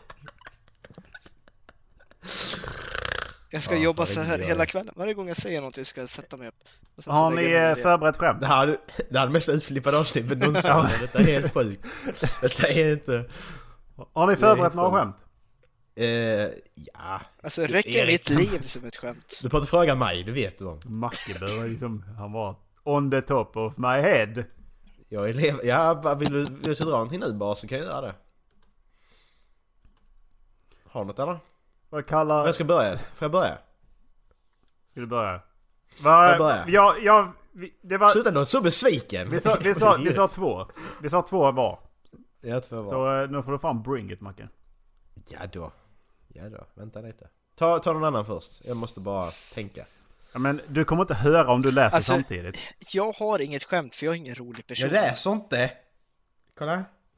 Jag ska Ja, jobba så här herregud, hela ja. kvällen. Varje gång jag säger något jag ska sätta mig upp. Och sen så Har lägger ni jag mig eh, ner. förberett skämt? Det här, det här är mest utflippade avsnitt någonsin. Detta är helt sjukt. Detta är inte... Har ni förberett några skämt? Eh, ja. Alltså räcker Erik. mitt liv som ett skämt? Du får inte fråga mig, det vet du om. Macke var liksom, han var on the top of my head. Jag är elev... Ja, vill du, vill du dra någonting nu bara så kan jag göra det. Har du något eller? Vad kallar... Jag ska börja. Får jag börja? Ska du börja? Va, jag börja? Ja, ja, vi, det var... Sluta låta så besviken. Vi sa, vi, sa, vi sa två. Vi sa två var. Jag två var. Så eh, nu får du fan bring it, Macke. Ja då. Ja då, vänta lite. Ta, ta någon annan först. Jag måste bara tänka. Ja, men du kommer inte höra om du läser Alltså, samtidigt. Jag har inget skämt för jag är ingen rolig person. Jag läser inte. Kolla.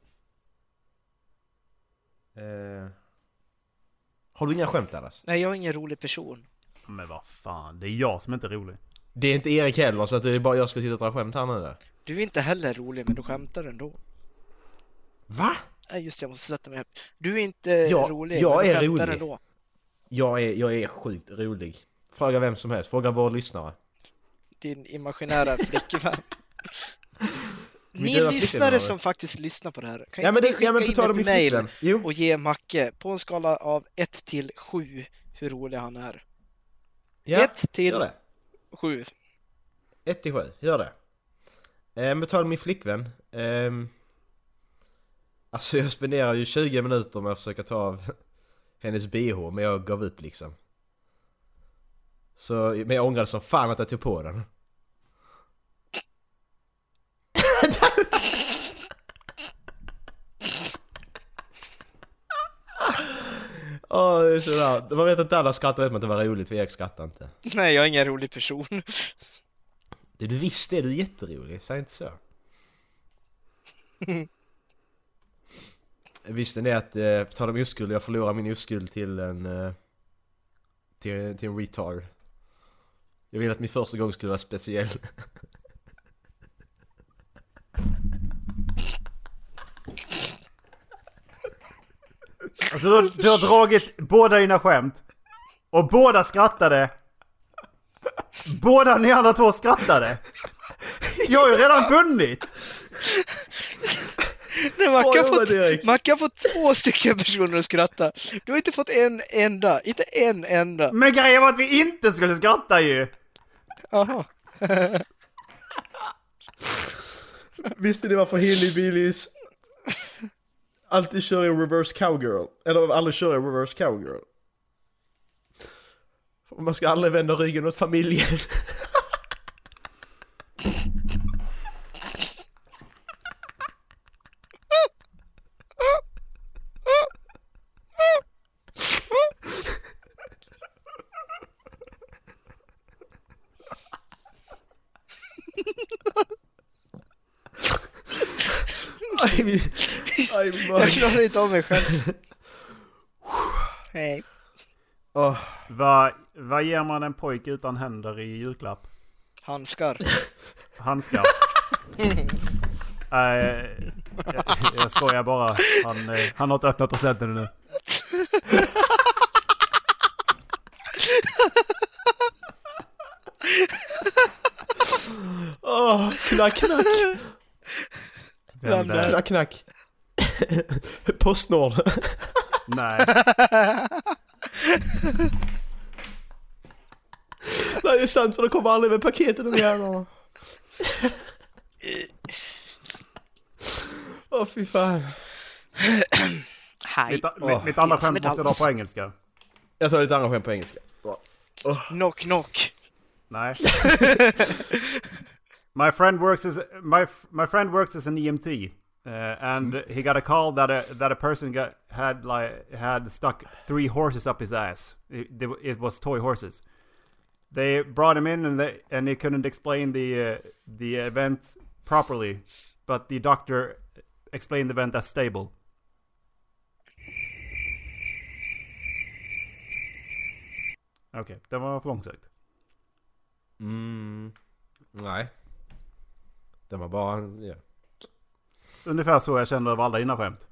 Eh. Har du inga skämt Dallas? Nej, jag är ingen rolig person. Men vad fan, det är jag som inte är rolig. Det är inte Erik heller så att det är bara jag ska sitta och dra skämt här nu där. Du är inte heller rolig, men du skämtar ändå. Va? Nej, just det, jag måste sätta mig upp. Du är inte Ja, rolig, jag men du är skämtar rolig. ändå. Jag är, jag är sjukt rolig. Fråga vem som helst. Fråga våra lyssnare. Din imaginära flickvän. Min Ni döda lyssnare flickvän, som faktiskt lyssnar på det här. Kan Ja inte men, ni det, ja, men skicka på in tal om ett min mail flickvän. Jo. och ge Macke på en skala av ett till sju hur rolig han är? Ja, ett till gör det. sju. ett till sju, gör det. Eh, på tal om min flickvän. Eh, alltså jag spenderar ju tjugo minuter med att försöka ta av hennes B H. Men jag gav upp liksom. Så, men jag ångrade som fan att jag tog på den. Åh, det är sådär. Man vet att alla skrattar, vet man att det var roligt, för jag skrattar inte. Nej, jag är ingen rolig person. Det du visste, du är jätterolig, säg inte så. Visste ni att, eh, på tal om oskuld, jag förlorar min oskuld till en eh, till, till en retard. Jag vill att min första gång skulle vara speciell. Alltså du, du har dragit båda dina skämt. Och båda skrattade. Båda ni andra två skrattade. Jag har ju redan vunnit. Nej, Macke Oj, har, vad det fått, Macke har fått två stycken personer att skratta. Du har inte fått en enda. Inte en enda. Men grejen var att vi inte skulle skratta ju. Aha. Visste ni varför Hillbillies alltid kör i reverse cowgirl? Eller aldrig kör i reverse cowgirl? Man ska aldrig vända ryggen åt familjen. Aj, min, aj, min Jag klarar inte av mig själv. Hej. Oh. Vad vad ger man en pojke utan händer i julklapp? Handskar. Handskar. Nej, jag, jag skojar bara. Han, han har inte öppnat presenten nu. Åh, oh, knack, knack. Vem Knack, knack. Postnord. Nej. Det är sant, för det kommer aldrig med paketen de jävlarna. Åh, oh, fy fan. Hej. Mitt, mitt, mitt andra skämt måste jag dra på engelska. Jag tar ditt andra skämt på engelska. Oh. Knock, knock. Nej. My friend works as my my friend works as an E M T, uh, and mm. he got a call that a that a person got had like had stuck three horses up his ass. It, it was toy horses. They brought him in and they and he couldn't explain the uh, the event properly, but the doctor explained the event as stable. Okej, okay, det var för långsökt. Mm. Nej. Det var bara... Ja. Ungefär så jag känner över alla dina skämt.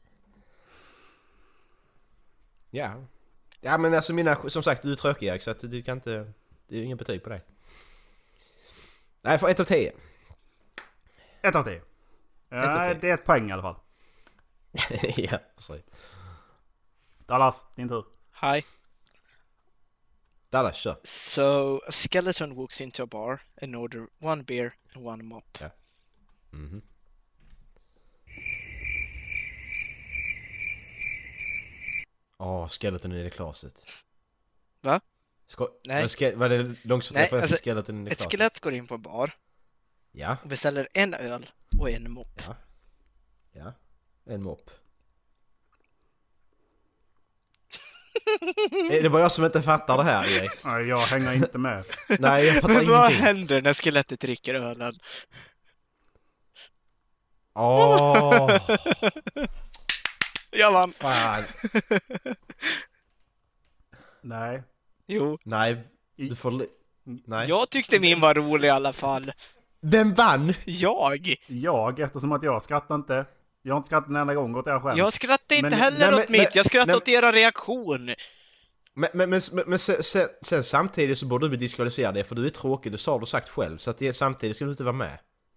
Ja. Ja, men alltså mina... Som sagt, du är tråkig, Erik, så att du kan inte... Det är ingen betyg på dig. Nej, för ett av tio. Ett av tio. Ja, det är ett poäng i alla fall. Ja, sorry. Dallas, din tur. Hi. Dallas, kör. So, a skeleton walks into a bar and order one beer and one mop. Ja. Mhm. Åh, oh, skeleton i det klaset. Va? Sko- Nej. Var, ske- var det långsamt för alltså, skeleton i det ett klaset? skelett går in på en bar. Ja. Och beställer en öl och en mop. Ja. Ja. En mop. Är det bara jag som inte fattar det här, Erik? Nej, jag hänger inte med. Nej, jag fattar ingenting. Vad händer när skelettet dricker ölen? Åh! Oh. Jag vann. Fan. Nej. Jo. Nej, du får... Li- Nej. Jag tyckte min var rolig i alla fall. Vem vann? Jag. Jag, eftersom att jag skrattar inte. Jag har inte skrattat en enda gång åt era skämt. Jag skrattar inte men, heller nej, men, åt mitt. men, jag skrattar nej, åt era reaktion. Men, men, men, men sen, sen, sen samtidigt så borde du bli diskvalificerad det, för du är tråkig. Du sa du sagt själv. Så att det, samtidigt ska du inte vara med.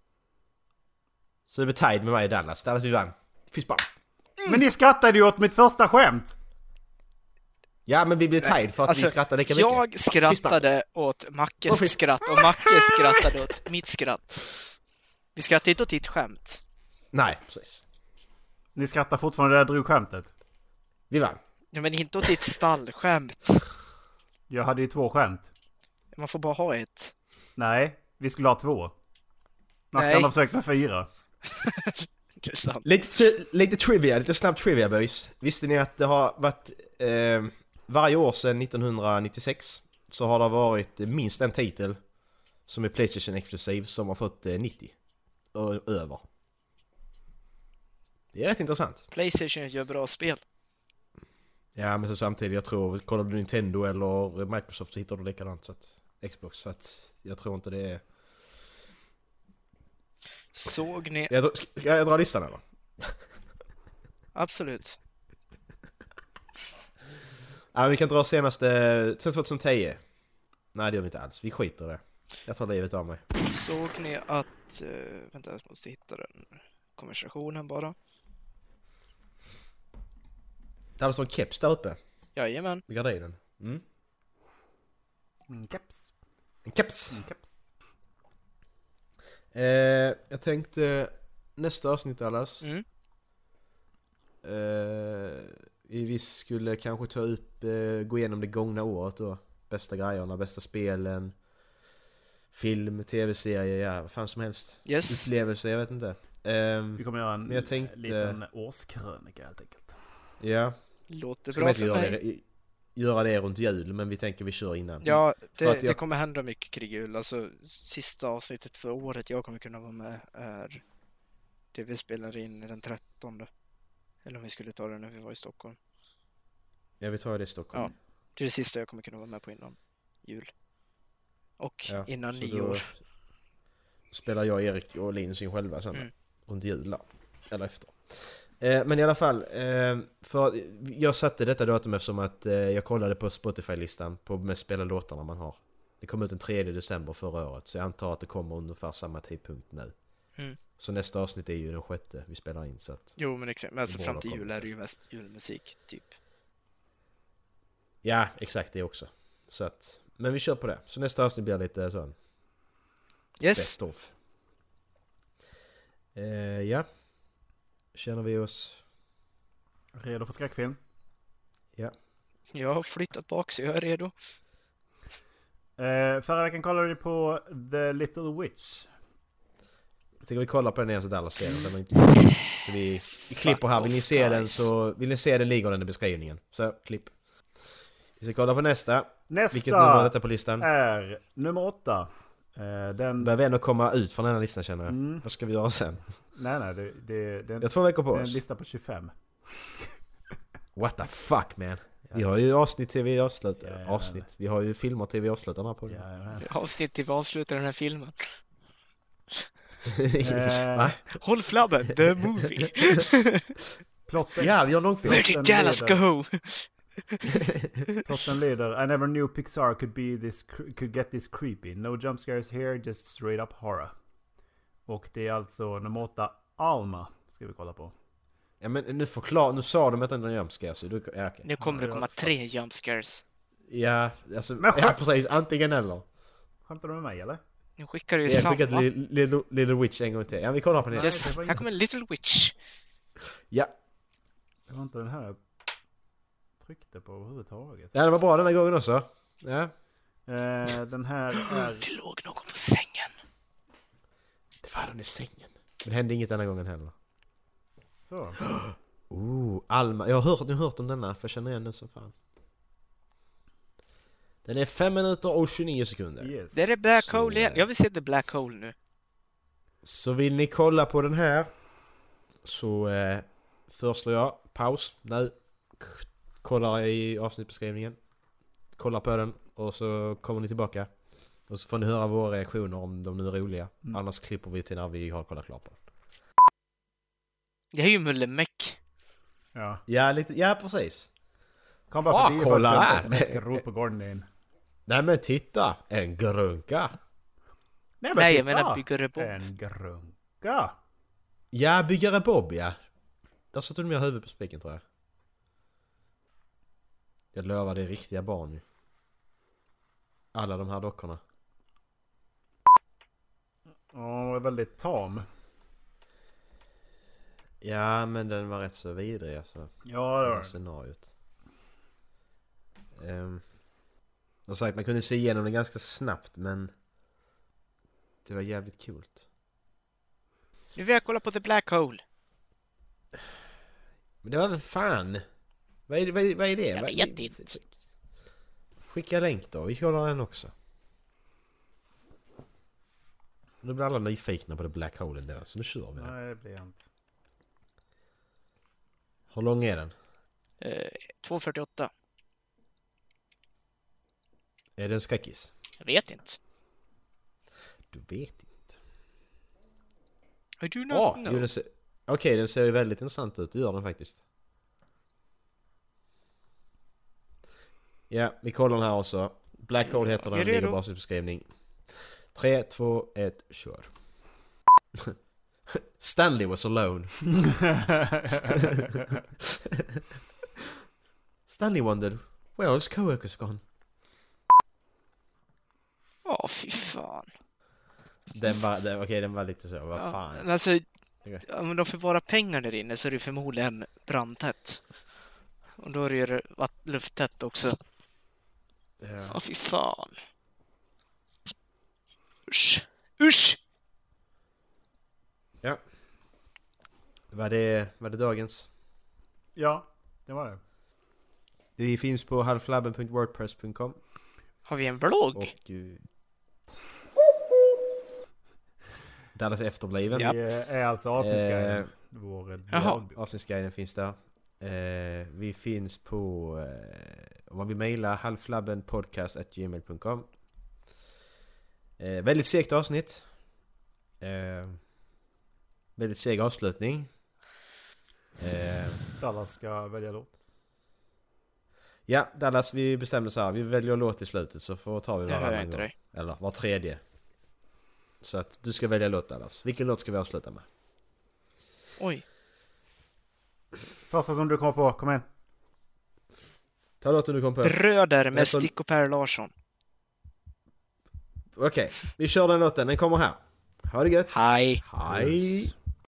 Så det blir tied med mig i Dallas. Dallas vi vann. Fistbump. Mm. Men ni skrattade ju åt mitt första skämt. Ja, men vi blev tied för att alltså, vi skrattade lika mycket. Jag skrattade åt Mackes oh, skratt och Macke skrattade åt mitt skratt. Vi skrattade inte åt ditt skämt. Nej, precis. Ni skrattar fortfarande när jag drog skämtet. Vi vann. Ja, men inte åt ditt stallskämt. Jag hade ju två skämt. Man får bara ha ett. Nej, vi skulle ha två. Man Nej. kan ha försökt med fyra. Intressant. Lite, lite trivia, lite snabb trivia boys. Visste ni att det har varit eh, varje år sedan nittonhundranittiosex så har det varit minst en titel som är PlayStation exklusiv som har fått eh, nittio och över. Det är rätt intressant. PlayStation gör bra spel. Ja, men så samtidigt, jag tror, kollar du Nintendo eller Microsoft så hittar du likadant, så att Xbox, så att jag tror inte det är... Såg ni... Jag, drar- ska jag dra listan eller? Absolut. Ja, vi kan dra senaste, sen tjugohundratio. Nej, det gör vi inte alls, vi skiter i det. Jag tar livet av mig. Såg ni att... Uh, vänta, jag måste hitta den konversationen bara. Det hade stått en keps där uppe. Jajamän. I gardinen. Mm. En keps. En keps. En keps. Eh, jag tänkte nästa avsnitt allas. Mm. Eh, vi skulle kanske ta upp, eh, gå igenom det gångna året då. Bästa grejerna, bästa spelen. Film, tv-serier, ja, vad fan som helst. Yes. Upplevelser, jag vet inte. Eh, Vi kommer göra en jag tänkte- liten årskrönika helt enkelt. ja. Låter Ska bra man inte för göra mig. det, göra det runt jul, men vi tänker vi kör innan. Ja, För det, att jag- det kommer hända mycket kring jul. Alltså, sista avsnittet för året jag kommer kunna vara med är det vi spelar in den trettonde. Eller om vi skulle ta det när vi var i Stockholm. Ja, vi tar det i Stockholm. Det är det sista jag kommer kunna vara med på innan jul. Och Ja, innan så nyår. då spelar jag, Erik och Linus in själva sen. Mm. Runt jul där. Eller efter. Eh, men i alla fall. Eh, för jag satte detta datum eftersom att eh, jag kollade på Spotify-listan på mest spelade låtarna man har. Det kom ut den tredje december förra året. Så jag antar att det kommer ungefär samma tidpunkt nu. Mm. Så nästa avsnitt är ju den sjätte vi spelar in. Så att, Jo, men exakt. Men alltså Det fram borde till ha jul kommit. är det ju mest julmusik, typ. ja, exakt det också. Så att, men vi kör på det. Så nästa avsnitt blir lite sån Yes! best of. Eh, ja. Känner vi oss... Redo för skräckfilm? Jag har flyttat bak så jag är redo. Eh, förra veckan kollade vi på The Little Witch. Jag tycker vi kollar på den igen så Dallas ser den. Den var inte... Så vi, vi klipper här. Vill ni se off, den guys. så... Vill ni se den ligger den i beskrivningen. Så, klipp. Vi ska kolla på nästa. Vilket nummer är Nästa detta på listan? är nummer åtta. Eh, den... Börjar vi ändå komma ut från den här listan känner jag. Mm. Vad ska vi göra sen? Nej, nej, det, det, det, Vi har två veckor på det är en oss. lista på tjugofem. What the fuck man? Vi har ju avsnitt till vi avslutar. Ja, ja, avsnitt. Vi har ju filmer till vi avslutar den här podden. Ja, ja. Avsnitt till vi avslutar den här filmen. Eh, Va? Håll flabben, the movie! Plotten, Ja, vi har långfilm. Where did Dallas go? plotten lyder: I never knew Pixar could be this cr- could get this creepy. No jump scares here, just straight up horror. Och det är alltså nummer åtta, Alma, ska vi kolla på. Ja men nu förklar, nu sa de att den är jumpscare så du, ja, okej. Nu kommer det komma tre jump scares. Ja, alltså, Men ja skämt- precis, antingen eller. Skämtar du med mig eller? Nu skickar du ju Jag har samma. skickat Li- Little, Little Witch en gång till. Ja vi kollar på den. Nej, Yes, det var här inget. kommer Little Witch. Ja. Det var inte den här jag tryckte på överhuvudtaget. Ja det var bra den här gången också. Ja. Eh, den här är... Det låg någon på sängen. Det var den i sängen. Men det hände inget den här gången heller. Så. Oh, Alma. Jag har hört, jag har hört om denna för jag känner igen den som fan. Den är fem minuter och tjugonio sekunder. Yes. Det är det Black Så, Hole igen. eh, Jag vill se The Black Hole nu. Så vill ni kolla på den här så eh, föreslår jag paus nu. K- Kolla i avsnittbeskrivningen. Kolla på den och så kommer ni tillbaka. Och så får ni höra våra reaktioner om de nu är roliga. Mm. Annars klipper vi till när vi har kollat klart på den. Det är ju Mullemäck. Ja. Ja, lite, ja precis. Kom bara Ah, förbi kolla för att här. jag ska ro på gården. Nej men titta, en grunka. Nej, Nej, jag titta. menar byggare Bob. En grunka. Ja, byggare Bob ja. Där satte du mer huvud på spiken tror jag. Jag lovar, det är riktiga barn ju. Alla de här dockorna. Ja, väldigt tam. Ja, men den var rätt så vidrig alltså. Ja, det Det var var den. scenariot. Um, som sagt, man kunde se igenom den ganska snabbt, men det var jävligt kul. Nu vill jag kolla på The Black Hole. Men det var väl fan. Vad är, vad är, vad är det? Jag Vad- vet inte. Skicka länk då, vi kollar den också. Nu blir alla nyfikna på det Black Hole där, så nu kör vi den. Nej, det blir jag inte. Hur lång är den? Eh, två fyrtioåtta. Är det en skräckis? Jag vet inte. Du vet inte. I do not Åh, know. jo, den ser... Okej, den ser ju väldigt intressant ut, det gör den faktiskt. Ja, vi kollar den här också. Black Hole heter den, Är du ligger redo? på avsnittbeskrivning. tre, två, ett, kör. Stanley was alone. Stanley wondered, where his coworkers gone? Ja, fy fan. Den var, den, okej, den var lite så, vad Ja, fan. alltså, om de förvarar pengar där inne så är det förmodligen brandtätt. Och då är det ju vatt- lufttätt också. Ja. Ja, fy fan. Usch. Usch! Ja. Var det, var det dagens? Ja, det var det. Vi finns på halflabben punkt wordpress punkt com. Har vi en vlogg? Och... Uh, Dallas efterbliven. Ja. Vi är alltså avsnittsguiden. Eh, Vår Jaha. blogg. Avsnittsguiden finns där. Eh, vi finns på... Eh, om man vill mejla halflabbenpodcast at gmail dot com. eh, Väldigt segt avsnitt. eh, Väldigt seg avslutning. eh, Dallas ska välja låt. Ja, Dallas, vi bestämde så här. Vi väljer låt i slutet, så får tar vi Jag hör varannan inte gång. dig. Eller var tredje. Så att du ska välja låt, Dallas. Vilken låt ska vi avsluta med? Oj. Första som du kommer på, kom igen. Ta låten du kom på. Bröder med Jag får- Stick och Per Larsson. Okej, vi kör den låten. Den kommer här. Ha det gött. Hej. Hej.